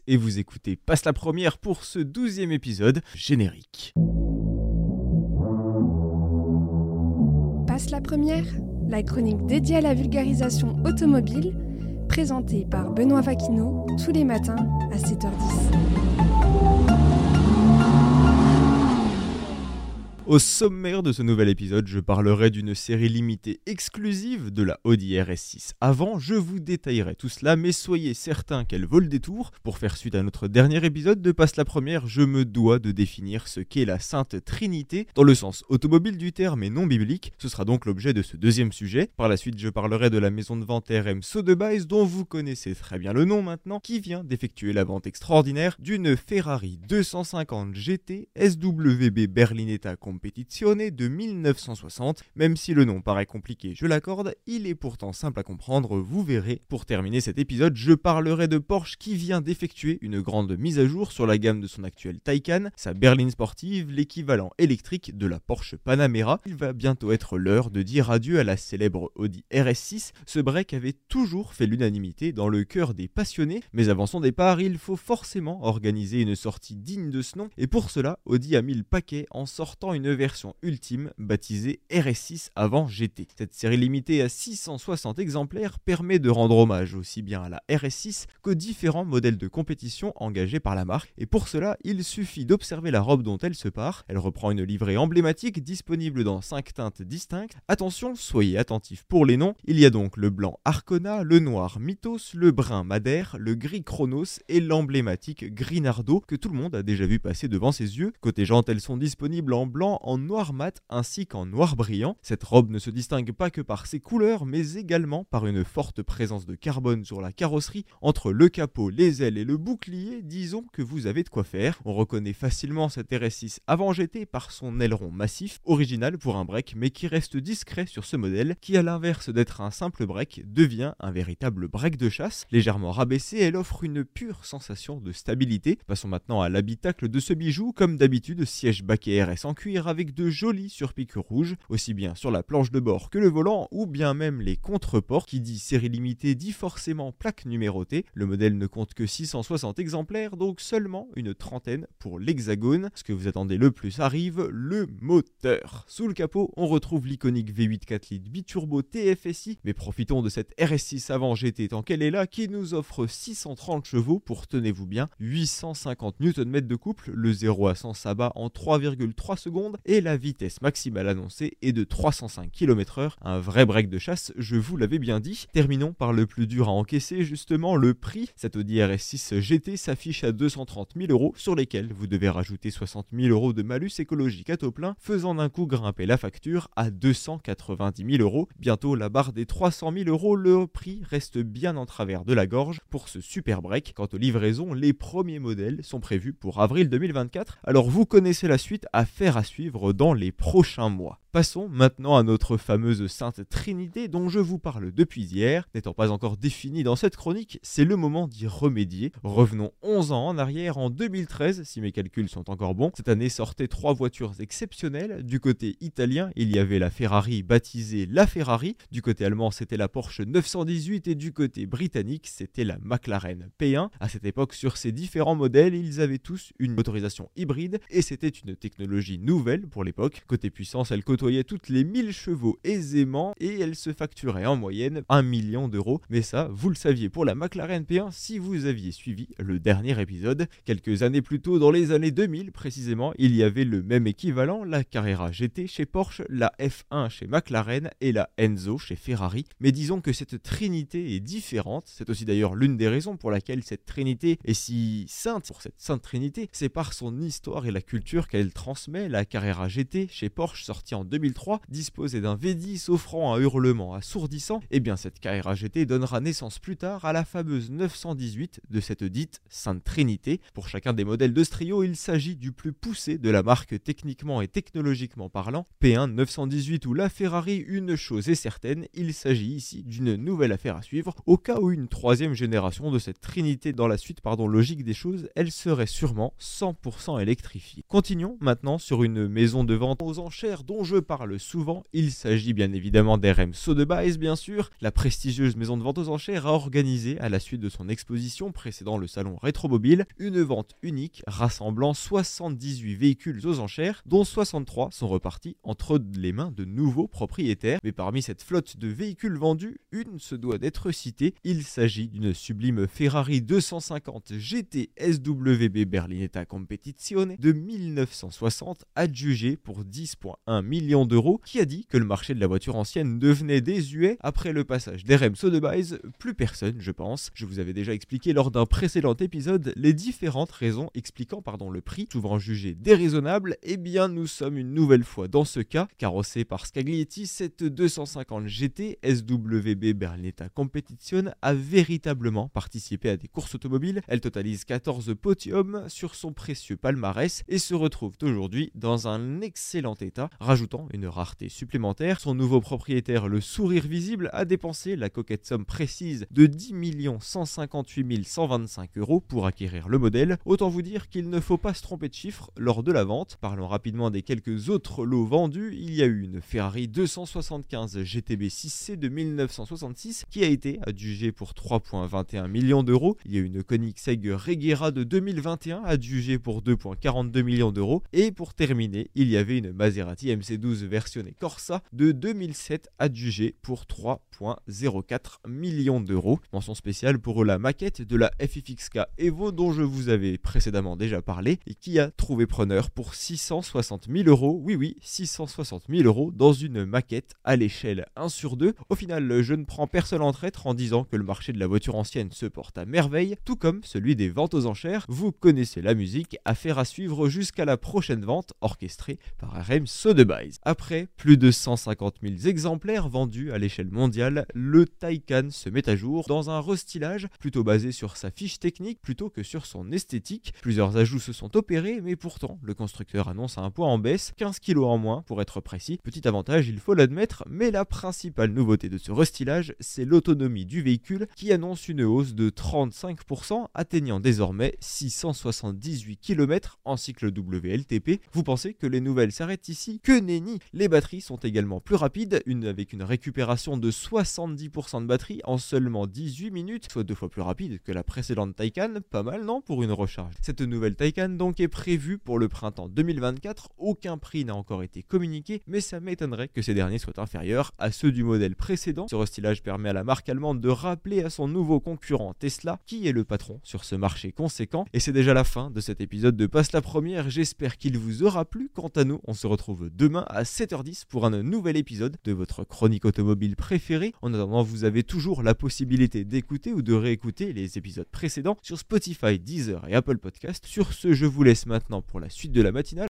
Et vous écoutez Passe la première pour ce 12e épisode, générique. Passe la première, la chronique dédiée à la vulgarisation automobile, présentée par Benoît Vaquineau tous les matins à 7h10. Au sommaire de ce nouvel épisode, je parlerai d'une série limitée exclusive de la Audi RS6. Avant, je vous détaillerai tout cela, mais soyez certains qu'elle vaut le détour. Pour faire suite à notre dernier épisode de Passe la première, je me dois de définir ce qu'est la Sainte Trinité, dans le sens automobile du terme et non biblique. Ce sera donc l'objet de ce deuxième sujet. Par la suite, je parlerai de la maison de vente RM Sotheby's, dont vous connaissez très bien le nom maintenant, qui vient d'effectuer la vente extraordinaire d'une Ferrari 250 GT SWB Berlinetta Competizione de 1960. Même si le nom paraît compliqué, je l'accorde, il est pourtant simple à comprendre, vous verrez. Pour terminer cet épisode, je parlerai de Porsche qui vient d'effectuer une grande mise à jour sur la gamme de son actuel Taycan, sa berline sportive, l'équivalent électrique de la Porsche Panamera. Il va bientôt être l'heure de dire adieu à la célèbre Audi RS6. Ce break avait toujours fait l'unanimité dans le cœur des passionnés, mais avant son départ, il faut forcément organiser une sortie digne de ce nom, et pour cela, Audi a mis le paquet en sortant une version ultime baptisée RS6 avant GT. Cette série limitée à 660 exemplaires permet de rendre hommage aussi bien à la RS6 qu'aux différents modèles de compétition engagés par la marque, et pour cela, il suffit d'observer la robe dont elle se part. Elle reprend une livrée emblématique disponible dans 5 teintes distinctes. Attention, soyez attentifs pour les noms, il y a donc le blanc Arcona, le noir Mythos, le brun Madère, le gris Chronos et l'emblématique gris Nardo que tout le monde a déjà vu passer devant ses yeux. Côté jantes, elles sont disponibles en blanc, en noir mat ainsi qu'en noir brillant. Cette robe ne se distingue pas que par ses couleurs, mais également par une forte présence de carbone sur la carrosserie. Entre le capot, les ailes et le bouclier, disons que vous avez de quoi faire. On reconnaît facilement cette RS6 avant GT par son aileron massif, original pour un break, mais qui reste discret sur ce modèle, qui à l'inverse d'être un simple break, devient un véritable break de chasse. Légèrement rabaissée, elle offre une pure sensation de stabilité. Passons maintenant à l'habitacle de ce bijou. Comme d'habitude, siège baquet RS en cuir avec de jolis surpiqûres rouges, aussi bien sur la planche de bord que le volant, ou bien même les contreports. Qui dit série limitée dit forcément plaque numérotée. Le modèle ne compte que 660 exemplaires, donc seulement une trentaine pour l'Hexagone. Ce que vous attendez le plus arrive, le moteur. Sous le capot, on retrouve l'iconique V8 4 litres biturbo TFSI, mais profitons de cette RS6 avant GT tant qu'elle est là, qui nous offre 630 chevaux pour, tenez-vous bien, 850 Nm de couple. Le 0 à 100 s'abat en 3,3 secondes et la vitesse maximale annoncée est de 305 km/h. Un vrai break de chasse, je vous l'avais bien dit. Terminons par le plus dur à encaisser, justement le prix. Cette Audi RS6 GT s'affiche à 230 000 €, sur lesquels vous devez rajouter 60 000 € de malus écologique à taux plein, faisant d'un coup grimper la facture à 290 000 €. Bientôt la barre des 300 000 €, le prix reste bien en travers de la gorge pour ce super break. Quant aux livraisons, les premiers modèles sont prévus pour avril 2024, alors vous connaissez la suite, affaire à suivre dans les prochains mois. Passons maintenant à notre fameuse Sainte Trinité dont je vous parle depuis hier. N'étant pas encore définie dans cette chronique, c'est le moment d'y remédier. Revenons 11 ans en arrière, en 2013, si mes calculs sont encore bons. Cette année sortaient 3 voitures exceptionnelles. Du côté italien, il y avait la Ferrari baptisée la Ferrari. Du côté allemand, c'était la Porsche 918 et du côté britannique, c'était la McLaren P1. À cette époque, sur ces différents modèles, ils avaient tous une motorisation hybride et c'était une technologie nouvelle pour l'époque. Côté puissance, elle côtoyait toutes les 1000 chevaux aisément et elle se facturait en moyenne 1 million €. Mais ça, vous le saviez pour la McLaren P1 si vous aviez suivi le dernier épisode. Quelques années plus tôt, dans les années 2000 précisément, il y avait le même équivalent, la Carrera GT chez Porsche, la F1 chez McLaren et la Enzo chez Ferrari. Mais disons que cette trinité est différente. C'est aussi d'ailleurs l'une des raisons pour laquelle cette trinité est si sainte. Pour cette sainte trinité, c'est par son histoire et la culture qu'elle transmet. La Carrera GT chez Porsche, sortie en 2003, disposait d'un V10 offrant un hurlement assourdissant. Et bien cette Carrera GT donnera naissance plus tard à la fameuse 918 de cette dite Sainte Trinité. Pour chacun des modèles de ce trio, il s'agit du plus poussé de la marque techniquement et technologiquement parlant. P1, 918 ou la Ferrari, une chose est certaine, il s'agit ici d'une nouvelle affaire à suivre. Au cas où une troisième génération de cette Trinité dans la suite logique des choses, elle serait sûrement 100% électrifiée. Continuons maintenant sur une maison de vente aux enchères dont je reparle souvent. Il s'agit bien évidemment d'RM Sotheby's, bien sûr. La prestigieuse maison de vente aux enchères a organisé, à la suite de son exposition précédant le salon Rétromobile, une vente unique rassemblant 78 véhicules aux enchères, dont 63 sont repartis entre les mains de nouveaux propriétaires. Mais parmi cette flotte de véhicules vendus, une se doit d'être citée. Il s'agit d'une sublime Ferrari 250 GT SWB Berlinetta Competizione de 1960, adjugée pour 10,1 millions d'euros. Qui a dit que le marché de la voiture ancienne devenait désuet après le passage d'RM Sotheby's? Plus personne, je pense. Je vous avais déjà expliqué lors d'un précédent épisode les différentes raisons expliquant le prix, souvent jugé déraisonnable. Eh bien, nous sommes une nouvelle fois dans ce cas. Carrossée par Scaglietti, cette 250 GT SWB Berlinetta Competizione a véritablement participé à des courses automobiles. Elle totalise 14 podiums sur son précieux palmarès et se retrouve aujourd'hui dans un excellent état, rajoutant une rareté supplémentaire. Son nouveau propriétaire, le sourire visible, a dépensé la coquette somme précise de 10 158 125 € pour acquérir le modèle. Autant vous dire qu'il ne faut pas se tromper de chiffres lors de la vente. Parlons rapidement des quelques autres lots vendus. Il y a eu une Ferrari 275 GTB 6C de 1966 qui a été adjugée pour 3,21 millions d'euros. Il y a eu une Koenigsegg Regera de 2021 adjugée pour 2,42 millions d'euros. Et pour terminer, il y avait une Maserati MC12 versionnée Corsa de 2007 adjugée pour 3,04 millions d'euros. Mention spéciale pour la maquette de la FFXK Evo dont je vous avais précédemment déjà parlé et qui a trouvé preneur pour 660 000 €. Oui, 660 000 € dans une maquette à l'échelle 1/2. Au final, je ne prends personne en traître en disant que le marché de la voiture ancienne se porte à merveille, tout comme celui des ventes aux enchères. Vous connaissez la musique, affaire à suivre jusqu'à la prochaine vente orchestrée par RM Sotheby's. Après plus de 150 000 exemplaires vendus à l'échelle mondiale, le Taycan se met à jour dans un restylage plutôt basé sur sa fiche technique plutôt que sur son esthétique. Plusieurs ajouts se sont opérés, mais pourtant le constructeur annonce un poids en baisse, 15 kg en moins pour être précis. Petit avantage, il faut l'admettre, mais la principale nouveauté de ce restylage, c'est l'autonomie du véhicule qui annonce une hausse de 35%, atteignant désormais 678 km en cycle WLTP. Vous pensez que les nouvelles s'arrêtent ici? Que nenni! Les batteries sont également plus rapides, avec une récupération de 70% de batterie en seulement 18 minutes, soit 2 fois plus rapide que la précédente Taycan. Pas mal, non, pour une recharge? Cette nouvelle Taycan donc est prévue pour le printemps 2024. Aucun prix n'a encore été communiqué, mais ça m'étonnerait que ces derniers soient inférieurs à ceux du modèle précédent. Ce restylage permet à la marque allemande de rappeler à son nouveau concurrent Tesla qui est le patron sur ce marché conséquent. Et c'est déjà la fin de cet épisode de Passe la Première. J'espère qu'il vous aura plu. Quant à nous, on se retrouve demain à 7h10 pour un nouvel épisode de votre chronique automobile préférée. En attendant, vous avez toujours la possibilité d'écouter ou de réécouter les épisodes précédents sur Spotify, Deezer et Apple Podcast. Sur ce, je vous laisse maintenant pour la suite de la matinale.